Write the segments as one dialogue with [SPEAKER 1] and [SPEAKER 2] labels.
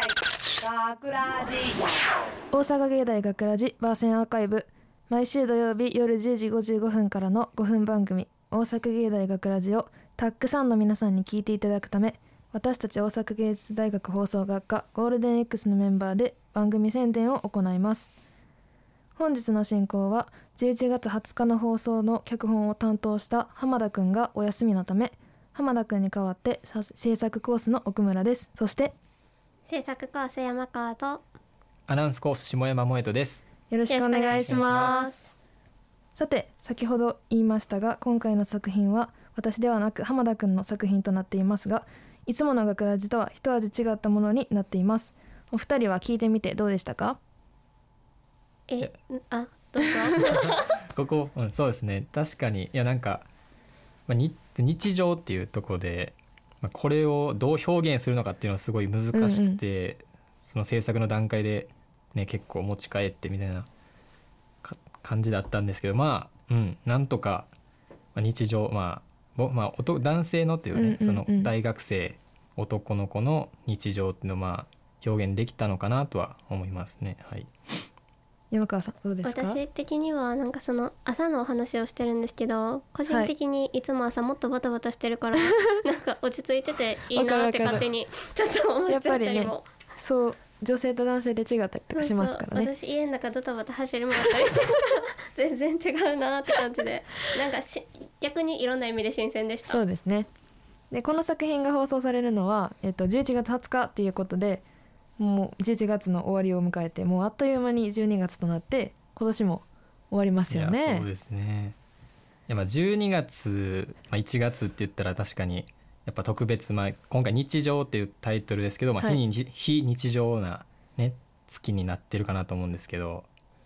[SPEAKER 1] 学ラジ
[SPEAKER 2] 大阪芸大学ラジバーセンアーカイブ、毎週土曜日夜10時55分からの5分番組大阪芸大学ラジをたくさんの皆さんに聞いていただくため、私たち大阪芸術大学放送学科ゴールデン X のメンバーで番組宣伝を行います。本日の進行は11月20日の放送の脚本を担当した浜田くんがお休みのため、浜田くんに代わって制作コースの奥村です。そして
[SPEAKER 3] 制作コース山川と
[SPEAKER 4] アナウンスコース下山萌人です。
[SPEAKER 2] よろしくお願いします。さて、先ほど言いましたが、今回の作品は私ではなく浜田くんの作品となっていますが、いつもの学ラジとは一味違ったものになっています。お二人は聞いてみてどうでしたか？
[SPEAKER 3] どうぞ
[SPEAKER 4] ここ、そうですね、確かになんか、日常っていうところで、これをどう表現するのかっていうのはすごい難しくて、その制作の段階で、結構持ち帰ってみたいな感じだったんですけど、なんとか日常、男性のっていうね、その大学生男の子の日常っていうのを表現できたのかなとは思いますね。はい。
[SPEAKER 2] 山川さんどうですか？
[SPEAKER 3] 私的にはなんかその朝のお話をしてるんですけど、個人的にいつも朝もっとバタバタしてるから、なんか落ち着いてていいなって勝手にちょっと思っちゃったりも。
[SPEAKER 2] やっぱりね、そう女性と男性で違ったりとかしますからね。
[SPEAKER 3] そう私家の中ドタバタ走り回ったりしてるから全然違うなって感じで、なんか逆にいろんな意味で新鮮でした。
[SPEAKER 2] そうですね。でこの作品が放送されるのは、11月20日っていうことで、もう11月の終わりを迎えて、もうあっという間に12月となって今年も終わりますよね。
[SPEAKER 4] そうですね。12月、1月って言ったら確かにやっぱ特別、今回日常っていうタイトルですけど、非日常な、月になってるかなと思うんですけど、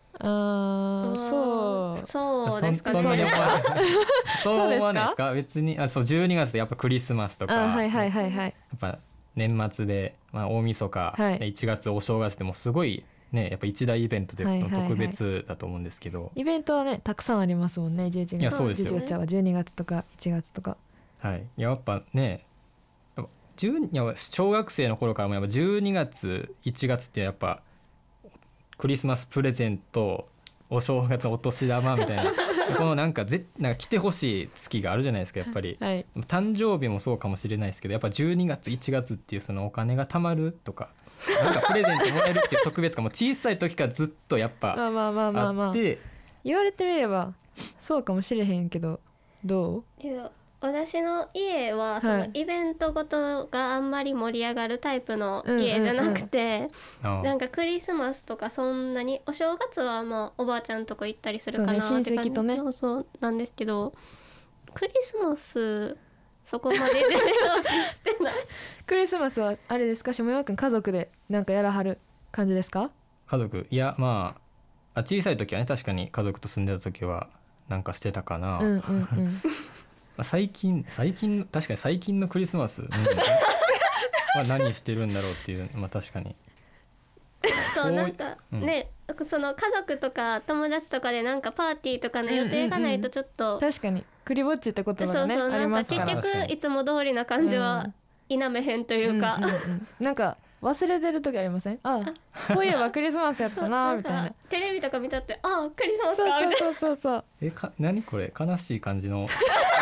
[SPEAKER 3] そうですかね。
[SPEAKER 4] そんなに思わないそう思わないですか？別にそう12月でやっぱクリスマスとか、やっぱ年末で、大晦日、1月お正月でもすごいね、やっぱ一大イベントで特別だと思うんですけど、
[SPEAKER 2] イベントはねたくさんありますもんね。11月、
[SPEAKER 4] いやそうですよ。
[SPEAKER 2] 12月とか1月とか、
[SPEAKER 4] やっぱね、小学生の頃からもやっぱ12月1月ってやっぱクリスマスプレゼント、お正月のお年玉みたいなこのなんか来てほしい月があるじゃないですか、やっぱり、誕生日もそうかもしれないですけど、やっぱ12月1月っていうそのお金が貯まるとか、なんかプレゼントもらえるっていう特別感も小さい時からずっとやっぱあって、
[SPEAKER 2] 言われてみればそうかもしれへんけど、どう？
[SPEAKER 3] けど私の家はそのイベントごとがあんまり盛り上がるタイプの家じゃなくて、なんかクリスマスとかそんなに、お正月はおばあちゃんとこ行ったりするかなって感じ、
[SPEAKER 2] 親戚とね、
[SPEAKER 3] そうなんですけど、クリスマスそこまで重要視してない
[SPEAKER 2] クリスマスはあれですか、下山くん家族でなんかやらはる感じですか？
[SPEAKER 4] 家族、いや小さい時はね、確かに家族と住んでた時はなんかしてたかな。最近確かに最近のクリスマス、何してるんだろうっていう、確かに
[SPEAKER 3] そうなんかね、その家族とか友達とかでなんかパーティーとかの予定がないとちょっと、
[SPEAKER 2] 確かにクリぼっちって言葉がねありますから、
[SPEAKER 3] 結局いつも通りな感じは否めへんというか、
[SPEAKER 2] なんか忘れてる時ありません？そういえばクリスマスやったなみたいな
[SPEAKER 3] テレビとか見たって、クリスマスかみたいな。
[SPEAKER 2] そう
[SPEAKER 4] 何これ悲しい感じの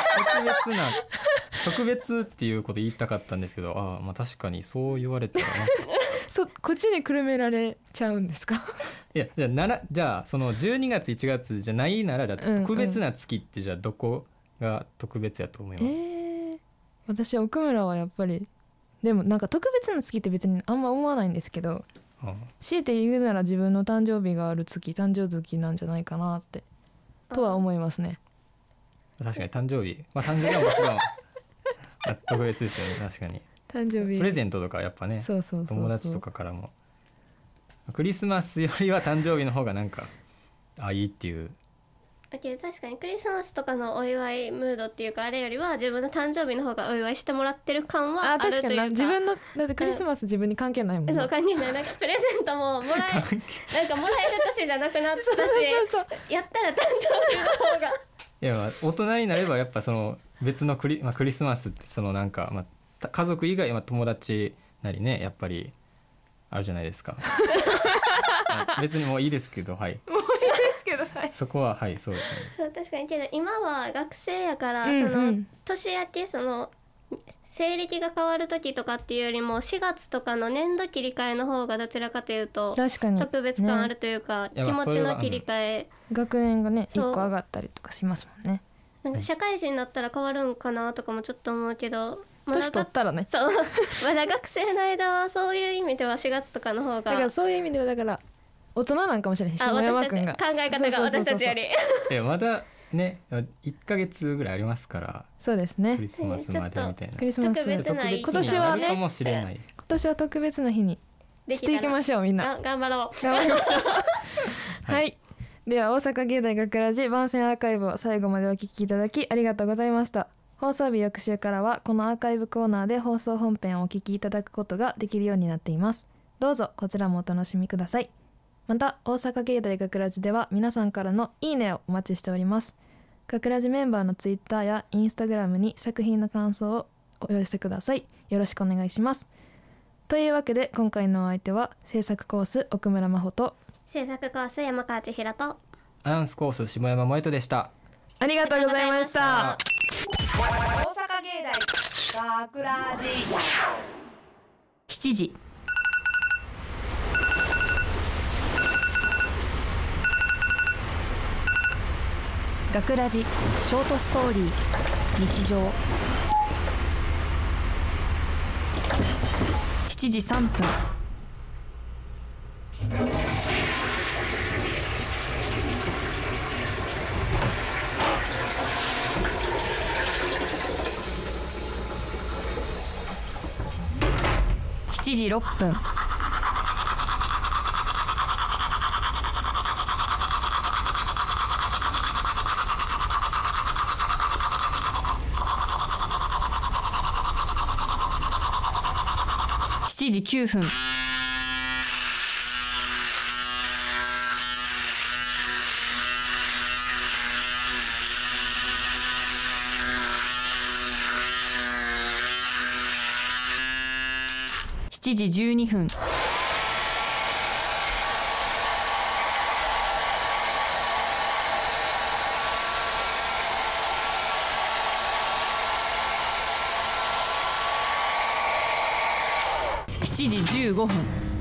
[SPEAKER 4] 特別っていうこと言いたかったんですけど、確かにそう言われたら
[SPEAKER 2] こっちにくるめられちゃうんですか？
[SPEAKER 4] いやじゃあその12月1月じゃないなら、だって特別な月ってじゃあどこが特別やと思います？
[SPEAKER 2] 私奥村はやっぱり、でもなんか特別な月って別にあんま思わないんですけど、強いて言うなら自分の誕生日がある月、誕生月なんじゃないかなってとは思いますね。
[SPEAKER 4] 確かに誕生日、誕生日はもちろん特別ですよね。確かに
[SPEAKER 2] 誕生日
[SPEAKER 4] プレゼントとかやっぱね、友達とかからもクリスマスよりは誕生日の方がなんかいいっていう。
[SPEAKER 3] 確かにクリスマスとかのお祝いムードっていうか、あれよりは自分の誕生日の方がお祝いしてもらってる感はあるというか。
[SPEAKER 2] 確かに自分のだってクリスマス自分に関係ないもんね。
[SPEAKER 3] そう関係ない。なんかプレゼントもなんかもらえる年じゃなくなったしやったら誕生日の方が
[SPEAKER 4] いや大人になればやっぱその別のクリスマスってそのなんか、家族以外、友達なりね、やっぱりあるじゃないですか別にもういいですけど、はい、
[SPEAKER 2] もういいですけど、はい、
[SPEAKER 4] そこははいそうですね。
[SPEAKER 3] そう確かにけど今は学生やから、
[SPEAKER 2] うんうん、
[SPEAKER 3] その年明けその西暦が変わる時とかっていうよりも4月とかの年度切り替えの方がどちらかというと
[SPEAKER 2] 確かに
[SPEAKER 3] 特別感あるというか、
[SPEAKER 4] ね、
[SPEAKER 3] 気持ちの切り替え、
[SPEAKER 2] 学年がね1個上がったりとかしますもんね。
[SPEAKER 3] なんか社会人になったら変わるんかなとかもちょっと思うけど、
[SPEAKER 2] 年取ったらね、
[SPEAKER 3] そうまだ学生の間はそういう意味では4月とかの方が
[SPEAKER 2] だからそういう意味ではだから大人なんかもしれない。下山くんが
[SPEAKER 3] 考え方が私たちより
[SPEAKER 4] まだね1ヶ月ぐらいありますから。
[SPEAKER 2] そうですね、
[SPEAKER 4] クリスマスまでみたいな、
[SPEAKER 2] クリスマス
[SPEAKER 3] 特別な日
[SPEAKER 2] 今年はね、
[SPEAKER 4] かもしれない。
[SPEAKER 2] 今年は特別な日にしていきましょう。みんな
[SPEAKER 3] 頑張ろう
[SPEAKER 2] 頑張りましょうはい、では大阪芸大学ラジ番宣アーカイブを最後までお聞きいただきありがとうございました。放送日翌週からはこのアーカイブコーナーで放送本編をお聞きいただくことができるようになっています。どうぞこちらもお楽しみください。また大阪芸大学ラジでは皆さんからのいいねをお待ちしております。学ラジメンバーのツイッターやインスタグラムに作品の感想をお寄せください。よろしくお願いします。というわけで今回のお相手は制作コース奥村真帆と
[SPEAKER 3] 制作コース山川千尋と
[SPEAKER 4] アナウンスコース下山萌人でした。
[SPEAKER 2] ありがとうございました。
[SPEAKER 1] 大阪芸大学ラジ7時学ラジショートストーリー日常7時3分7時6分7時9分7時12分7時15分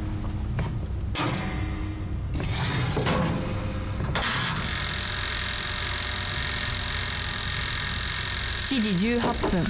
[SPEAKER 1] 7時18分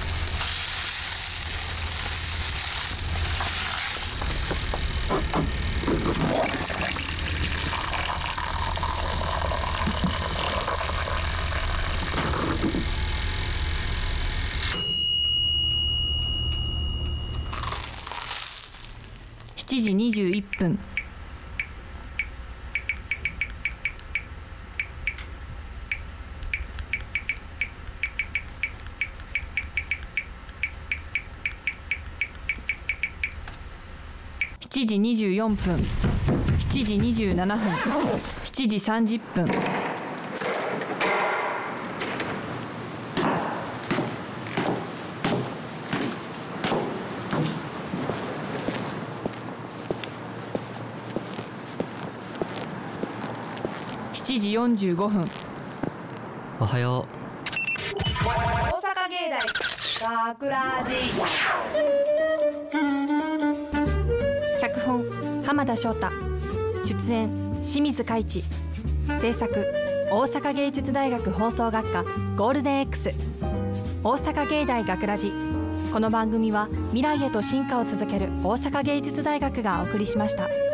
[SPEAKER 1] 7時21分7時24分7時27分7時30分7時45分
[SPEAKER 5] おはよ
[SPEAKER 1] 大阪芸大学ラジ
[SPEAKER 6] 脚本浜田翔太、出演清水海知、制作大阪芸術大学放送学科ゴールデン X、 大阪芸大学ラジ。この番組は未来へと進化を続ける大阪芸術大学がお送りしました。